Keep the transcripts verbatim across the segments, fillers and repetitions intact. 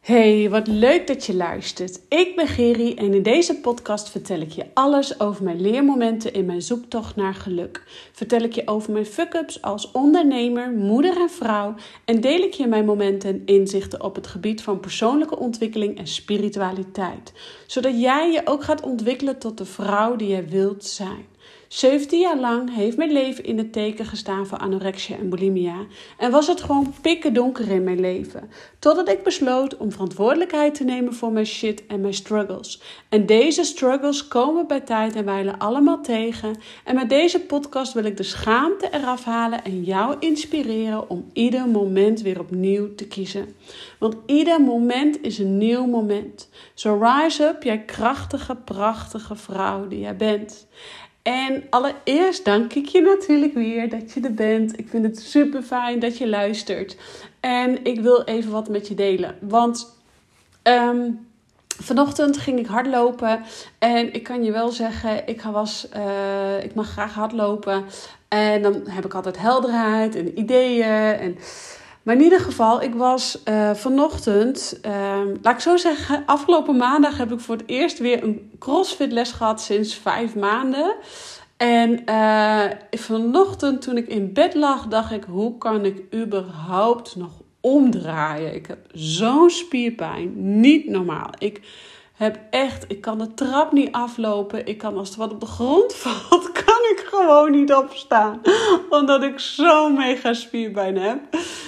Hey, wat leuk dat je luistert. Ik ben Geri en in deze podcast vertel ik je alles over mijn leermomenten in mijn zoektocht naar geluk. Vertel ik je over mijn fuck-ups als ondernemer, moeder en vrouw en deel ik je mijn momenten en inzichten op het gebied van persoonlijke ontwikkeling en spiritualiteit. Zodat jij je ook gaat ontwikkelen tot de vrouw die jij wilt zijn. zeventien jaar lang heeft mijn leven in het teken gestaan van anorexia en bulimia. En was het gewoon pikken donker in mijn leven. Totdat ik besloot om verantwoordelijkheid te nemen voor mijn shit en mijn struggles. En deze struggles komen bij tijd en wijle allemaal tegen. En met deze podcast wil ik de schaamte eraf halen en jou inspireren om ieder moment weer opnieuw te kiezen. Want ieder moment is een nieuw moment. So rise up, jij krachtige, prachtige vrouw die jij bent. En allereerst dank ik je natuurlijk weer dat je er bent. Ik vind het super fijn dat je luistert. En ik wil even wat met je delen. Want um, vanochtend ging ik hardlopen. En ik kan je wel zeggen, ik, was, uh, ik mag graag hardlopen. En dan heb ik altijd helderheid en ideeën. En... Maar in ieder geval, ik was uh, vanochtend, uh, laat ik zo zeggen, afgelopen maandag heb ik voor het eerst weer een crossfit les gehad sinds vijf maanden. En uh, vanochtend toen ik in bed lag, dacht ik, hoe kan ik überhaupt nog omdraaien? Ik heb zo'n spierpijn, niet normaal. Ik heb echt, ik kan de trap niet aflopen. Ik kan als er wat op de grond valt, kan ik gewoon niet opstaan. Omdat ik zo'n mega spierpijn heb.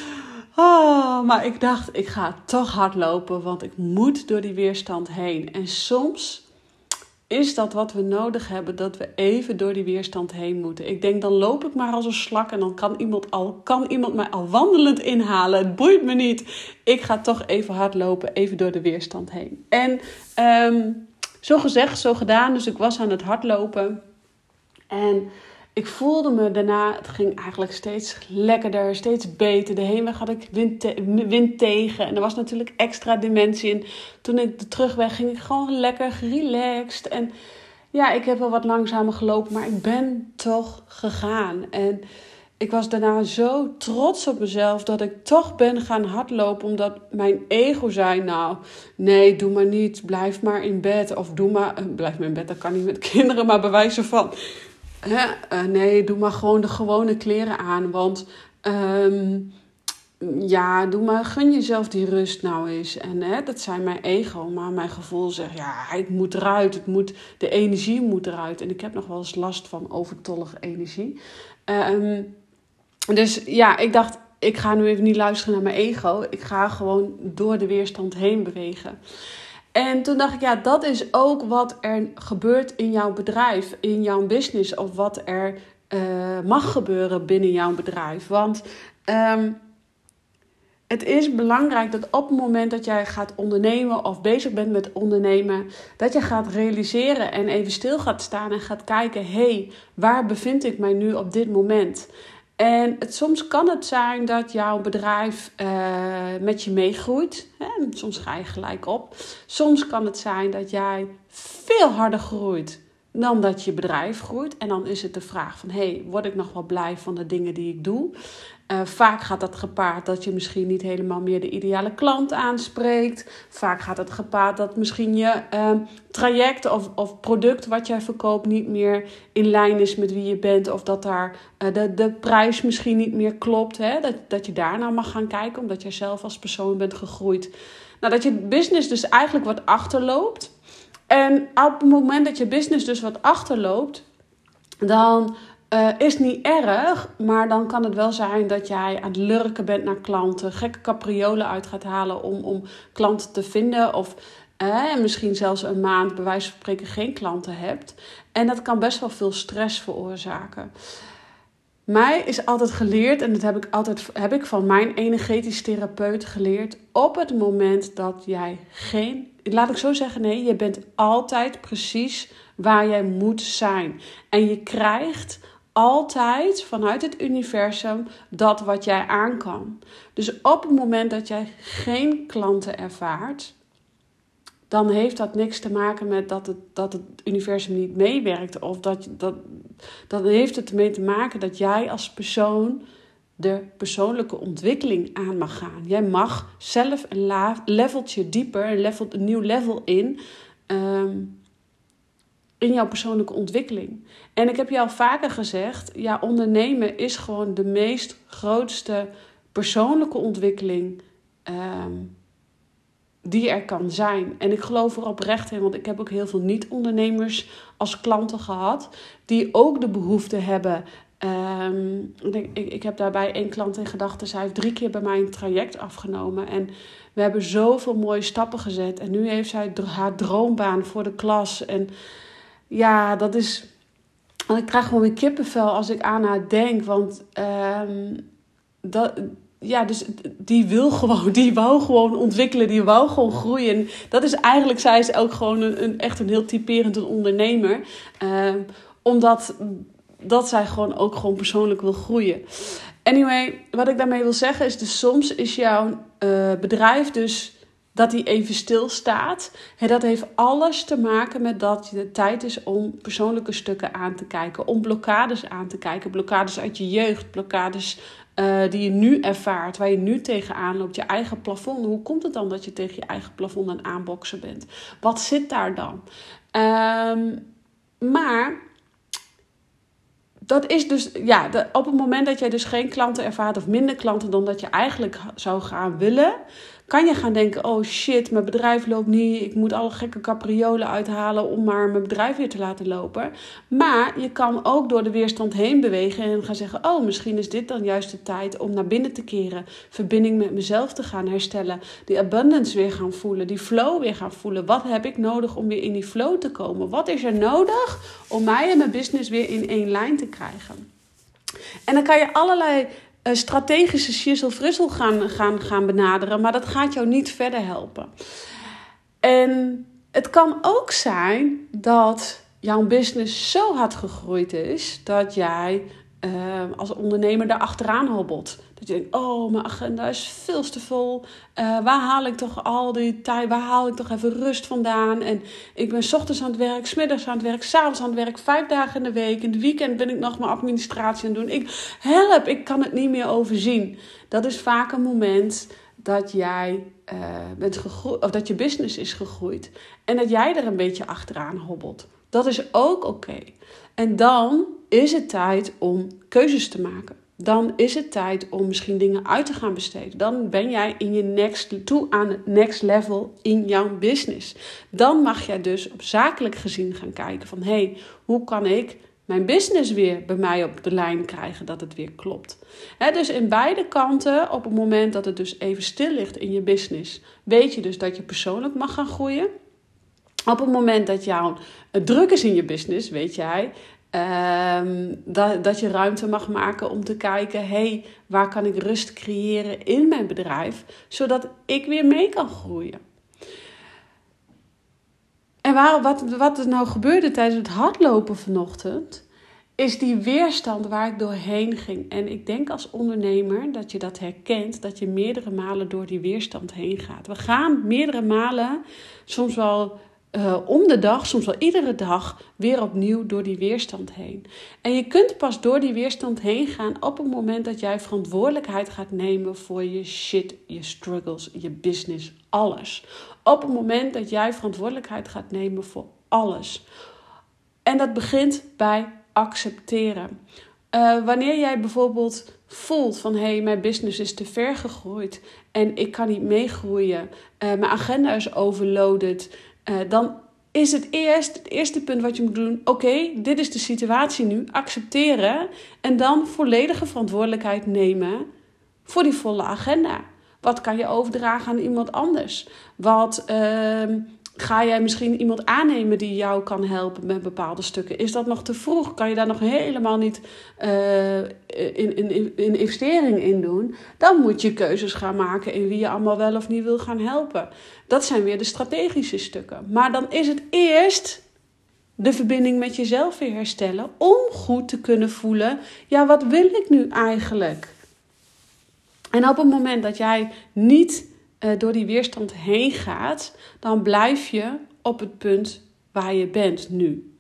Oh, maar ik dacht, ik ga toch hardlopen, want ik moet door die weerstand heen. En soms is dat wat we nodig hebben, dat we even door die weerstand heen moeten. Ik denk, dan loop ik maar als een slak en dan kan iemand, al, kan iemand mij al wandelend inhalen. Het boeit me niet. Ik ga toch even hardlopen, even door de weerstand heen. En um, zo gezegd, zo gedaan. Dus ik was aan het hardlopen en... Ik voelde me daarna, het ging eigenlijk steeds lekkerder, steeds beter. De heenweg had ik wind, te, wind tegen en er was natuurlijk extra dimensie in. Toen ik de terugweg ging ik gewoon lekker gerelaxed. En ja, ik heb wel wat langzamer gelopen, maar ik ben toch gegaan. En ik was daarna zo trots op mezelf dat ik toch ben gaan hardlopen. Omdat mijn ego zei, nou, nee, doe maar niet. Blijf maar in bed. Of doe maar, blijf maar in bed, dat kan niet met kinderen, maar bij wijze van... Hè, uh, nee, doe maar gewoon de gewone kleren aan. Want um, ja, doe maar, gun jezelf die rust nou eens. En hè, dat zei mijn ego. Maar mijn gevoel zegt, ja, het moet eruit. Het moet, de energie moet eruit. En ik heb nog wel eens last van overtollige energie. Um, dus ja, ik dacht, ik ga nu even niet luisteren naar mijn ego. Ik ga gewoon door de weerstand heen bewegen. En toen dacht ik, ja, dat is ook wat er gebeurt in jouw bedrijf, in jouw business. Of wat er uh, mag gebeuren binnen jouw bedrijf. Want um, het is belangrijk dat op het moment dat jij gaat ondernemen of bezig bent met ondernemen, dat je gaat realiseren en even stil gaat staan en gaat kijken, hé, hey, waar bevind ik mij nu op dit moment? En het, soms kan het zijn dat jouw bedrijf uh, met je meegroeit. Hè? Soms ga je gelijk op. Soms kan het zijn dat jij veel harder groeit dan dat je bedrijf groeit. En dan is het de vraag van, hey, word ik nog wel blij van de dingen die ik doe? Uh, vaak gaat dat gepaard dat je misschien niet helemaal meer de ideale klant aanspreekt. Vaak gaat het gepaard dat misschien je uh, traject of, of product wat jij verkoopt niet meer in lijn is met wie je bent. Of dat daar uh, de, de prijs misschien niet meer klopt. Hè? Dat, dat je daar naar mag gaan kijken, omdat jij zelf als persoon bent gegroeid. Nou, dat je business dus eigenlijk wat achterloopt. En op het moment dat je business dus wat achterloopt, dan... Uh, is niet erg, maar dan kan het wel zijn dat jij aan het lurken bent naar klanten. Gekke capriolen uit gaat halen om, om klanten te vinden. Of uh, misschien zelfs een maand bij wijze van spreken geen klanten hebt. En dat kan best wel veel stress veroorzaken. Mij is altijd geleerd, en dat heb ik, altijd, heb ik van mijn energetisch therapeut geleerd. Op het moment dat jij geen... Laat ik zo zeggen, nee, je bent altijd precies waar jij moet zijn. En je krijgt... altijd vanuit het universum dat wat jij aan kan. Dus op het moment dat jij geen klanten ervaart, dan heeft dat niks te maken met dat het, dat het universum niet meewerkt. Of dat, dat, dan heeft het ermee te maken dat jij als persoon de persoonlijke ontwikkeling aan mag gaan. Jij mag zelf een la- leveltje dieper, een, level, een nieuw level in, um, in jouw persoonlijke ontwikkeling. En ik heb je al vaker gezegd, ja, ondernemen is gewoon de meest grootste persoonlijke ontwikkeling um, die er kan zijn. En ik geloof er oprecht in, want ik heb ook heel veel niet-ondernemers als klanten gehad, die ook de behoefte hebben. Um, ik, ik, ik heb daarbij één klant in gedachten. Zij heeft drie keer bij mij een traject afgenomen. En we hebben zoveel mooie stappen gezet. En nu heeft zij haar droombaan voor de klas. En ja, dat is... Ik krijg gewoon weer kippenvel als ik aan haar denk. Want um, dat... Ja, dus die wil gewoon, die wou gewoon ontwikkelen, die wou gewoon groeien. En dat is eigenlijk, zij is ook gewoon een, een, echt een heel typerend een ondernemer. Uh, omdat dat zij gewoon ook gewoon persoonlijk wil groeien. Anyway, wat ik daarmee wil zeggen is, dus soms is jouw uh, bedrijf dus dat die even stilstaat. En dat heeft alles te maken met dat het tijd is om persoonlijke stukken aan te kijken. Om blokkades aan te kijken. Blokkades uit je jeugd, blokkades Uh, die je nu ervaart, waar je nu tegenaan loopt, je eigen plafond. Hoe komt het dan dat je tegen je eigen plafond aan het aanboksen bent? Wat zit daar dan? Um, maar dat is dus, ja, de, op het moment dat jij dus geen klanten ervaart of minder klanten dan dat je eigenlijk zou gaan willen, kan je gaan denken, oh shit, mijn bedrijf loopt niet. Ik moet alle gekke capriolen uithalen om maar mijn bedrijf weer te laten lopen. Maar je kan ook door de weerstand heen bewegen en gaan zeggen, oh, misschien is dit dan juist de tijd om naar binnen te keren. Verbinding met mezelf te gaan herstellen. Die abundance weer gaan voelen. Die flow weer gaan voelen. Wat heb ik nodig om weer in die flow te komen? Wat is er nodig om mij en mijn business weer in één lijn te krijgen? En dan kan je allerlei Uh, strategische shizzle-frizzle gaan, gaan, gaan benaderen, maar dat gaat jou niet verder helpen. En het kan ook zijn dat jouw business zo hard gegroeid is dat jij uh, als ondernemer daar achteraan hobbelt. Dat je denkt, oh, mijn agenda is veel te vol. Uh, waar haal ik toch al die tijd, waar haal ik toch even rust vandaan? En ik ben 's ochtends aan het werk, 's middags aan het werk, 's avonds aan het werk, vijf dagen in de week. In het weekend ben ik nog mijn administratie aan het doen. Ik, help, ik kan het niet meer overzien. Dat is vaak een moment dat jij uh, bent gegroeid, of dat je business is gegroeid. En dat jij er een beetje achteraan hobbelt. Dat is ook oké. Okay. En dan is het tijd om keuzes te maken. Dan is het tijd om misschien dingen uit te gaan besteden. Dan ben jij in je next, toe aan het next level in jouw business. Dan mag jij dus op zakelijk gezien gaan kijken van, hé, hey, hoe kan ik mijn business weer bij mij op de lijn krijgen dat het weer klopt. He, dus in beide kanten, op het moment dat het dus even stil ligt in je business, weet je dus dat je persoonlijk mag gaan groeien. Op het moment dat jouw druk is in je business, weet jij, Um, dat, dat je ruimte mag maken om te kijken, hey, waar kan ik rust creëren in mijn bedrijf, zodat ik weer mee kan groeien. En waar, wat, wat er nou gebeurde tijdens het hardlopen vanochtend, is die weerstand waar ik doorheen ging. En ik denk als ondernemer dat je dat herkent, dat je meerdere malen door die weerstand heen gaat. We gaan meerdere malen, soms wel Uh, om de dag, soms wel iedere dag, weer opnieuw door die weerstand heen. En je kunt pas door die weerstand heen gaan op het moment dat jij verantwoordelijkheid gaat nemen voor je shit, je struggles, je business, alles. Op het moment dat jij verantwoordelijkheid gaat nemen voor alles. En dat begint bij accepteren. Uh, wanneer jij bijvoorbeeld voelt van, hé, hey, mijn business is te ver gegroeid en ik kan niet meegroeien, uh, mijn agenda is overloaded, Uh, dan is het eerst, het eerste punt wat je moet doen, oké, okay, dit is de situatie nu, accepteren en dan volledige verantwoordelijkheid nemen voor die volle agenda. Wat kan je overdragen aan iemand anders? Wat uh, ga jij misschien iemand aannemen die jou kan helpen met bepaalde stukken? Is dat nog te vroeg? Kan je daar nog helemaal niet uh, in, in, in investering in doen? Dan moet je keuzes gaan maken in wie je allemaal wel of niet wil gaan helpen. Dat zijn weer de strategische stukken. Maar dan is het eerst de verbinding met jezelf weer herstellen om goed te kunnen voelen, ja, wat wil ik nu eigenlijk? En op het moment dat jij niet uh, door die weerstand heen gaat, dan blijf je op het punt waar je bent nu.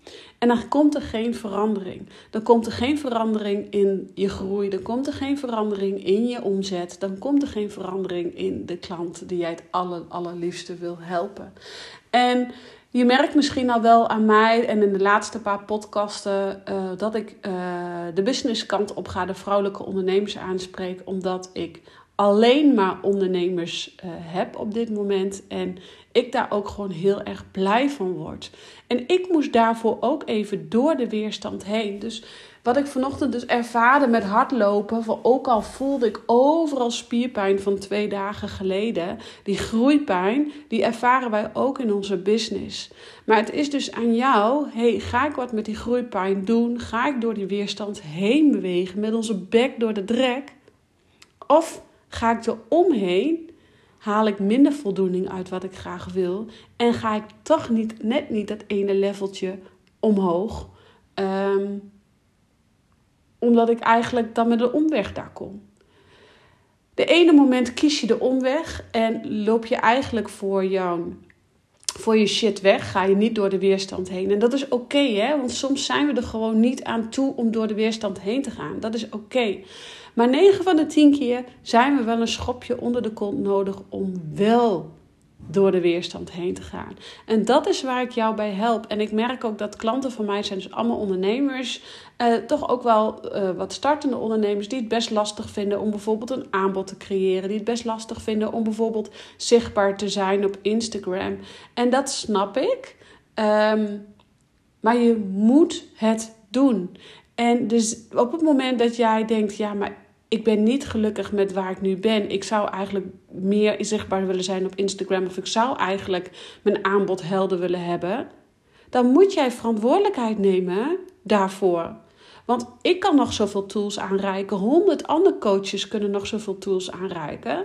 En dan komt er geen verandering. Dan komt er geen verandering in je groei. Dan komt er geen verandering in je omzet. Dan komt er geen verandering in de klant die jij het aller, allerliefste wil helpen. En je merkt misschien al wel aan mij en in de laatste paar podcasten uh, dat ik uh, de businesskant op ga, de vrouwelijke ondernemers aanspreek, omdat ik alleen maar ondernemers uh, heb op dit moment en ik daar ook gewoon heel erg blij van word. En ik moest daarvoor ook even door de weerstand heen. Dus wat ik vanochtend dus ervaarde met hardlopen, voor ook al voelde ik overal spierpijn van twee dagen geleden, die groeipijn, die ervaren wij ook in onze business. Maar het is dus aan jou, hey, ga ik wat met die groeipijn doen? Ga ik door die weerstand heen bewegen met onze bek door de drek? Of ga ik er omheen, haal ik minder voldoening uit wat ik graag wil en ga ik toch niet, net niet dat ene leveltje omhoog, um, omdat ik eigenlijk dan met een omweg daar kom. De ene moment kies je de omweg en loop je eigenlijk voor, jou, voor je shit weg. Ga je niet door de weerstand heen. En dat is oké, okay, hè? Want soms zijn we er gewoon niet aan toe om door de weerstand heen te gaan. Dat is oké. Okay. Maar negen van de tien keer zijn we wel een schopje onder de kont nodig om wel door de weerstand heen te gaan. En dat is waar ik jou bij help. En ik merk ook dat klanten van mij zijn dus allemaal ondernemers. Uh, toch ook wel uh, wat startende ondernemers die het best lastig vinden om bijvoorbeeld een aanbod te creëren. Die het best lastig vinden om bijvoorbeeld zichtbaar te zijn op Instagram. En dat snap ik. Um, maar je moet het doen. En dus op het moment dat jij denkt, ja, maar ik ben niet gelukkig met waar ik nu ben. Ik zou eigenlijk meer zichtbaar willen zijn op Instagram. Of ik zou eigenlijk mijn aanbod helder willen hebben. Dan moet jij verantwoordelijkheid nemen daarvoor. Want ik kan nog zoveel tools aanreiken. Honderd andere coaches kunnen nog zoveel tools aanreiken.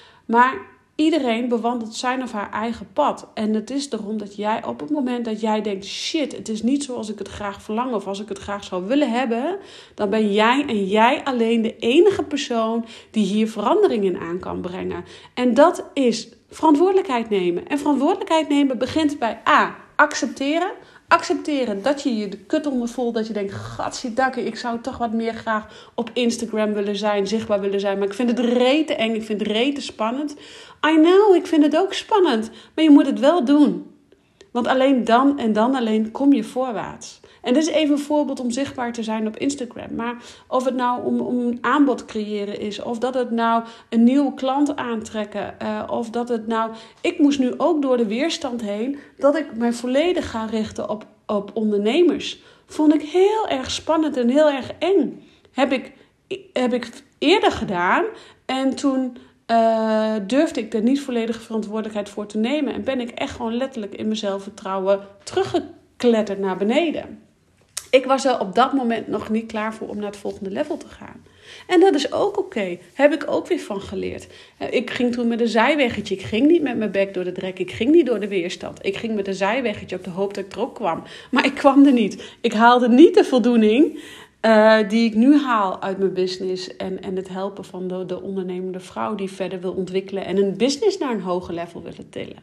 Maar iedereen bewandelt zijn of haar eigen pad. En het is erom dat jij op het moment dat jij denkt, shit, het is niet zoals ik het graag verlang of als ik het graag zou willen hebben, dan ben jij en jij alleen de enige persoon die hier verandering in aan kan brengen. En dat is verantwoordelijkheid nemen. En verantwoordelijkheid nemen begint bij A, accepteren. Accepteren dat je je de kut onder voelt. Dat je denkt, gatsiedakke, ik zou toch wat meer graag op Instagram willen zijn. Zichtbaar willen zijn. Maar ik vind het rete eng. Ik vind het rete spannend. I know, ik vind het ook spannend. Maar je moet het wel doen. Want alleen dan en dan alleen kom je voorwaarts. En dit is even een voorbeeld om zichtbaar te zijn op Instagram. Maar of het nou om, om een aanbod creëren is. Of dat het nou een nieuwe klant aantrekken. Uh, of dat het nou... Ik moest nu ook door de weerstand heen dat ik mij volledig ga richten op, op ondernemers. Vond ik heel erg spannend en heel erg eng. Heb ik, heb ik eerder gedaan. En toen uh, durfde ik er niet volledige verantwoordelijkheid voor te nemen. En ben ik echt gewoon letterlijk in mijn zelfvertrouwen teruggekletterd naar beneden. Ik was er op dat moment nog niet klaar voor om naar het volgende level te gaan. En dat is ook oké. Okay. Heb ik ook weer van geleerd. Ik ging toen met een zijweggetje. Ik ging niet met mijn bek door de drek. Ik ging niet door de weerstand. Ik ging met een zijweggetje op de hoop dat ik er ook kwam. Maar ik kwam er niet. Ik haalde niet de voldoening uh, die ik nu haal uit mijn business. En, en het helpen van de, de ondernemende vrouw die verder wil ontwikkelen. En een business naar een hoger level willen tillen.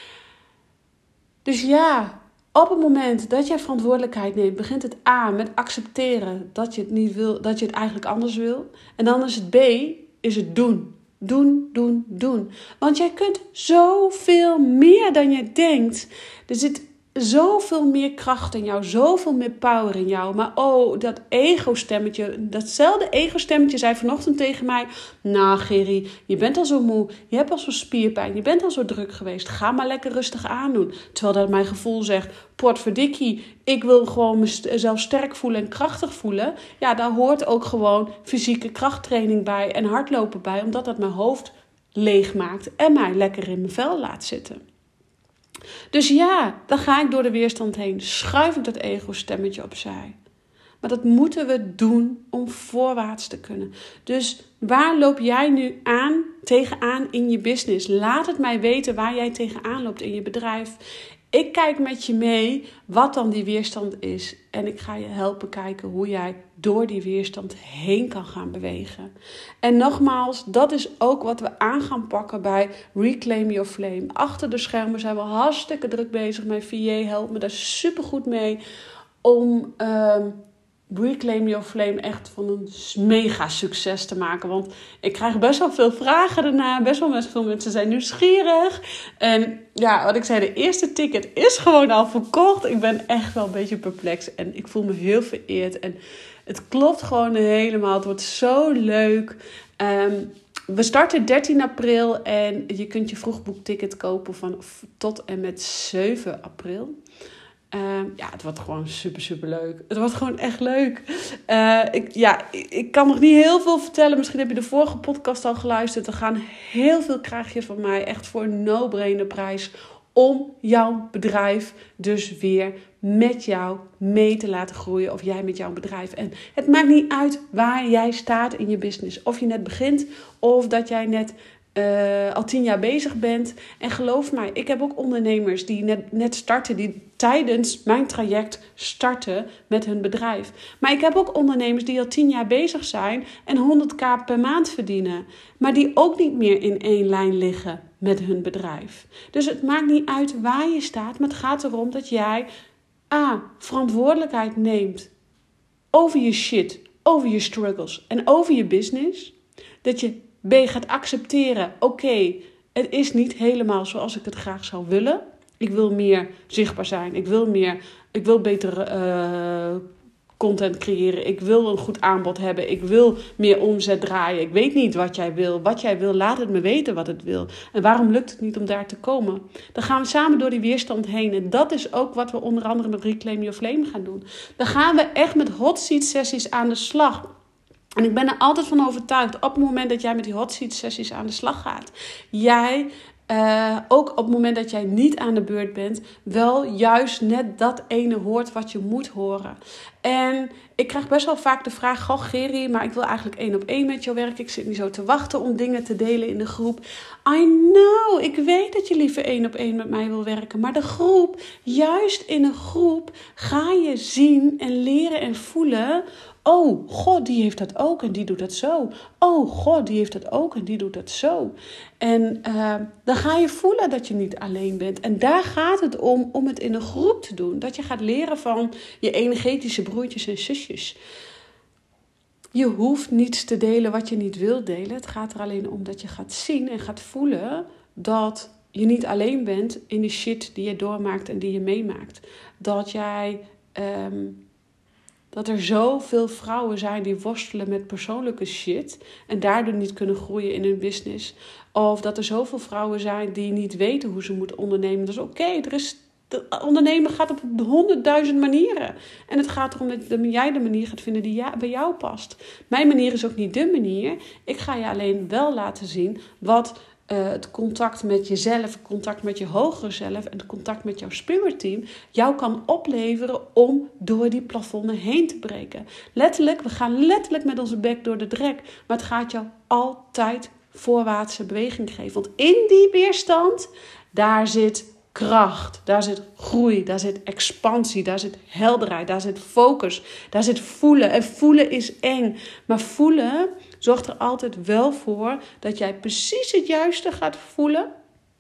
Dus ja... Op het moment dat jij verantwoordelijkheid neemt, begint het A met accepteren dat je het niet wil, dat je het eigenlijk anders wil. En dan is het B, is het doen. Doen, doen, doen. Want jij kunt zoveel meer dan je denkt. Er zit zoveel meer kracht in jou, zoveel meer power in jou. Maar oh, dat ego-stemmetje, datzelfde ego-stemmetje zei vanochtend tegen mij, nou Gerry, je bent al zo moe, je hebt al zo'n spierpijn, je bent al zo druk geweest, ga maar lekker rustig aandoen. Terwijl dat mijn gevoel zegt, potverdikkie, ik wil gewoon mezelf sterk voelen en krachtig voelen. Ja, daar hoort ook gewoon fysieke krachttraining bij en hardlopen bij, omdat dat mijn hoofd leeg maakt en mij lekker in mijn vel laat zitten. Dus ja, dan ga ik door de weerstand heen. Schuif ik dat ego-stemmetje opzij. Maar dat moeten we doen om voorwaarts te kunnen. Dus waar loop jij nu aan, tegenaan in je business? Laat het mij weten waar jij tegenaan loopt in je bedrijf. Ik kijk met je mee wat dan die weerstand is. En ik ga je helpen kijken hoe jij door die weerstand heen kan gaan bewegen. En nogmaals, dat is ook wat we aan gaan pakken bij Reclaim Your Flame. Achter de schermen zijn we hartstikke druk bezig. Mijn V A helpt me daar supergoed mee. om um, Reclaim Your Flame echt van een mega succes te maken. Want ik krijg best wel veel vragen daarna. Best wel veel mensen zijn nieuwsgierig. En ja, wat ik zei, de eerste ticket is gewoon al verkocht. Ik ben echt wel een beetje perplex. En ik voel me heel vereerd. En het klopt gewoon helemaal. Het wordt zo leuk. Um, we starten dertien april. En je kunt je vroegboekticket kopen van tot en met zeven april. Uh, ja, het wordt gewoon super, super leuk. Het wordt gewoon echt leuk. Uh, ik, ja, ik, ik kan nog niet heel veel vertellen. Misschien heb je de vorige podcast al geluisterd. Er gaan heel veel krijg je van mij. Echt voor een no-brainer prijs. Om jouw bedrijf dus weer met jou mee te laten groeien. Of jij met jouw bedrijf. En het maakt niet uit waar jij staat in je business. Of je net begint. Of dat jij net... Uh, al tien jaar bezig bent. En geloof mij, ik heb ook ondernemers die net, net starten, die tijdens mijn traject starten met hun bedrijf. Maar ik heb ook ondernemers die al tien jaar bezig zijn en honderdduizend per maand verdienen. Maar die ook niet meer in één lijn liggen met hun bedrijf. Dus het maakt niet uit waar je staat, maar het gaat erom dat jij A, verantwoordelijkheid neemt over je shit, over je struggles en over je business. Dat je B, gaat accepteren, oké, okay, het is niet helemaal zoals ik het graag zou willen. Ik wil meer zichtbaar zijn. Ik wil meer, ik wil betere uh, content creëren. Ik wil een goed aanbod hebben. Ik wil meer omzet draaien. Ik weet niet wat jij wil. Wat jij wil, laat het me weten wat het wil. En waarom lukt het niet om daar te komen? Dan gaan we samen door die weerstand heen. En dat is ook wat we onder andere met Reclaim Your Flame gaan doen. Dan gaan we echt met hot seat sessies aan de slag. En ik ben er altijd van overtuigd, op het moment dat jij met die hot seat sessies aan de slag gaat, jij, uh, ook op het moment dat jij niet aan de beurt bent, wel juist net dat ene hoort wat je moet horen. En ik krijg best wel vaak de vraag, goh Geri, maar ik wil eigenlijk één op één met jou werken. Ik zit niet zo te wachten om dingen te delen in de groep. I know, ik weet dat je liever één op één met mij wil werken. Maar de groep, juist in een groep, ga je zien en leren en voelen. Oh, god, die heeft dat ook en die doet dat zo. Oh, god, die heeft dat ook en die doet dat zo. En uh, dan ga je voelen dat je niet alleen bent. En daar gaat het om, om het in een groep te doen. Dat je gaat leren van je energetische broertjes en zusjes. Je hoeft niets te delen wat je niet wilt delen. Het gaat er alleen om dat je gaat zien en gaat voelen dat je niet alleen bent in de shit die je doormaakt en die je meemaakt. Dat jij... Um, Dat er zoveel vrouwen zijn die worstelen met persoonlijke shit en daardoor niet kunnen groeien in hun business. Of dat er zoveel vrouwen zijn die niet weten hoe ze moeten ondernemen. Dat is oké, okay. Er is de ondernemen gaat op honderdduizend manieren. En het gaat erom dat jij de manier gaat vinden die ja, bij jou past. Mijn manier is ook niet de manier. Ik ga je alleen wel laten zien wat... Uh, het contact met jezelf, het contact met je hogere zelf en het contact met jouw spirit team jou kan opleveren om door die plafonnen heen te breken. Letterlijk, we gaan letterlijk met onze bek door de drek, maar het gaat jou altijd voorwaartse beweging geven. Want in die weerstand, daar zit kracht, daar zit groei, daar zit expansie, daar zit helderheid, daar zit focus, daar zit voelen. En voelen is eng, maar voelen zorgt er altijd wel voor dat jij precies het juiste gaat voelen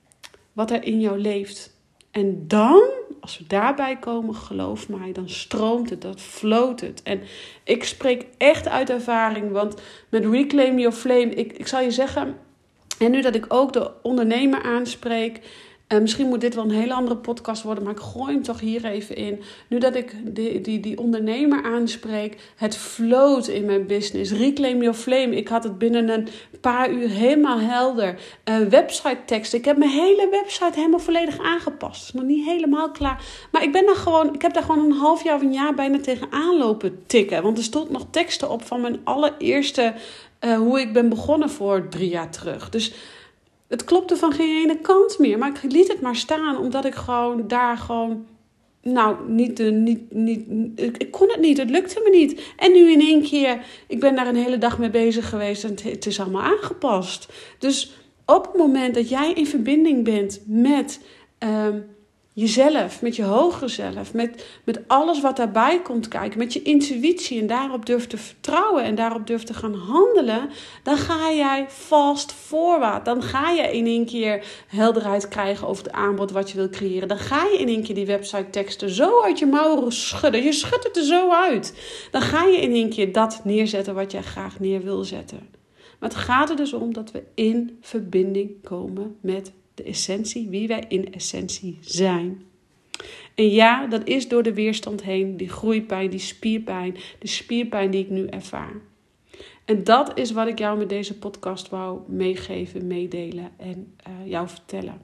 wat er in jou leeft. En dan, als we daarbij komen, geloof mij, dan stroomt het, dat floot het. En ik spreek echt uit ervaring, want met Reclaim Your Flame, ik, ik zal je zeggen, en nu dat ik ook de ondernemer aanspreek, Uh, misschien moet dit wel een hele andere podcast worden, maar ik gooi hem toch hier even in. Nu dat ik die, die, die ondernemer aanspreek, het float in mijn business. Reclaim Your Flame. Ik had het binnen een paar uur helemaal helder. Uh, website tekst. Ik heb mijn hele website helemaal volledig aangepast. Het is nog niet helemaal klaar. Maar ik ben daar gewoon, ik heb daar gewoon een half jaar of een jaar bijna tegenaan lopen tikken. Want er stond nog teksten op van mijn allereerste, uh, hoe ik ben begonnen voor drie jaar terug. Dus het klopte van geen ene kant meer. Maar ik liet het maar staan. Omdat ik gewoon daar gewoon... Nou, niet, niet, niet, ik, ik kon het niet. Het lukte me niet. En nu in één keer... Ik ben daar een hele dag mee bezig geweest. En het, het is allemaal aangepast. Dus op het moment dat jij in verbinding bent met... Um, jezelf, met je hogere zelf, met, met alles wat daarbij komt kijken, met je intuïtie en daarop durft te vertrouwen en daarop durft te gaan handelen, dan ga jij fast forward. Dan ga je in één keer helderheid krijgen over het aanbod wat je wil creëren. Dan ga je in één keer die website teksten zo uit je mouwen schudden. Je schudt het er zo uit. Dan ga je in één keer dat neerzetten wat jij graag neer wil zetten. Maar het gaat er dus om dat we in verbinding komen met de essentie, wie wij in essentie zijn. En ja, dat is door de weerstand heen, die groeipijn, die spierpijn, de spierpijn die ik nu ervaar. En dat is wat ik jou met deze podcast wou meegeven, meedelen en uh, jou vertellen.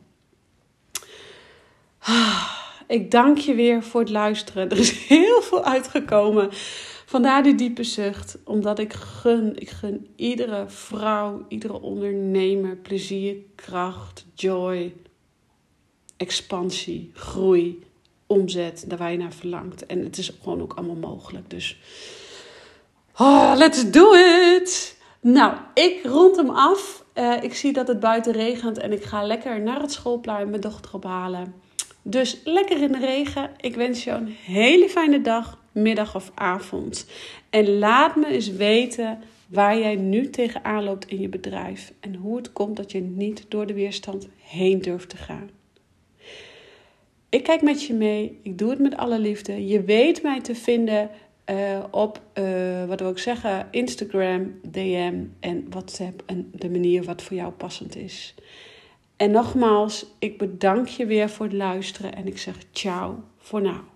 Ik dank je weer voor het luisteren. Er is heel veel uitgekomen. Vandaar die diepe zucht, omdat ik gun, ik gun iedere vrouw, iedere ondernemer plezier, kracht, joy, expansie, groei, omzet, daar waar je naar verlangt. En het is gewoon ook allemaal mogelijk. Dus, oh, let's do it! Nou, ik rond hem af. Uh, ik zie dat het buiten regent en ik ga lekker naar het schoolplein mijn dochter ophalen. Dus lekker in de regen. Ik wens je een hele fijne dag, middag of avond. En laat me eens weten waar jij nu tegenaan loopt in je bedrijf. En hoe het komt dat je niet door de weerstand heen durft te gaan. Ik kijk met je mee. Ik doe het met alle liefde. Je weet mij te vinden uh, op, uh, wat wil ik zeggen, Instagram, D M en WhatsApp. En de manier wat voor jou passend is. En nogmaals, ik bedank je weer voor het luisteren. En ik zeg ciao voor nu.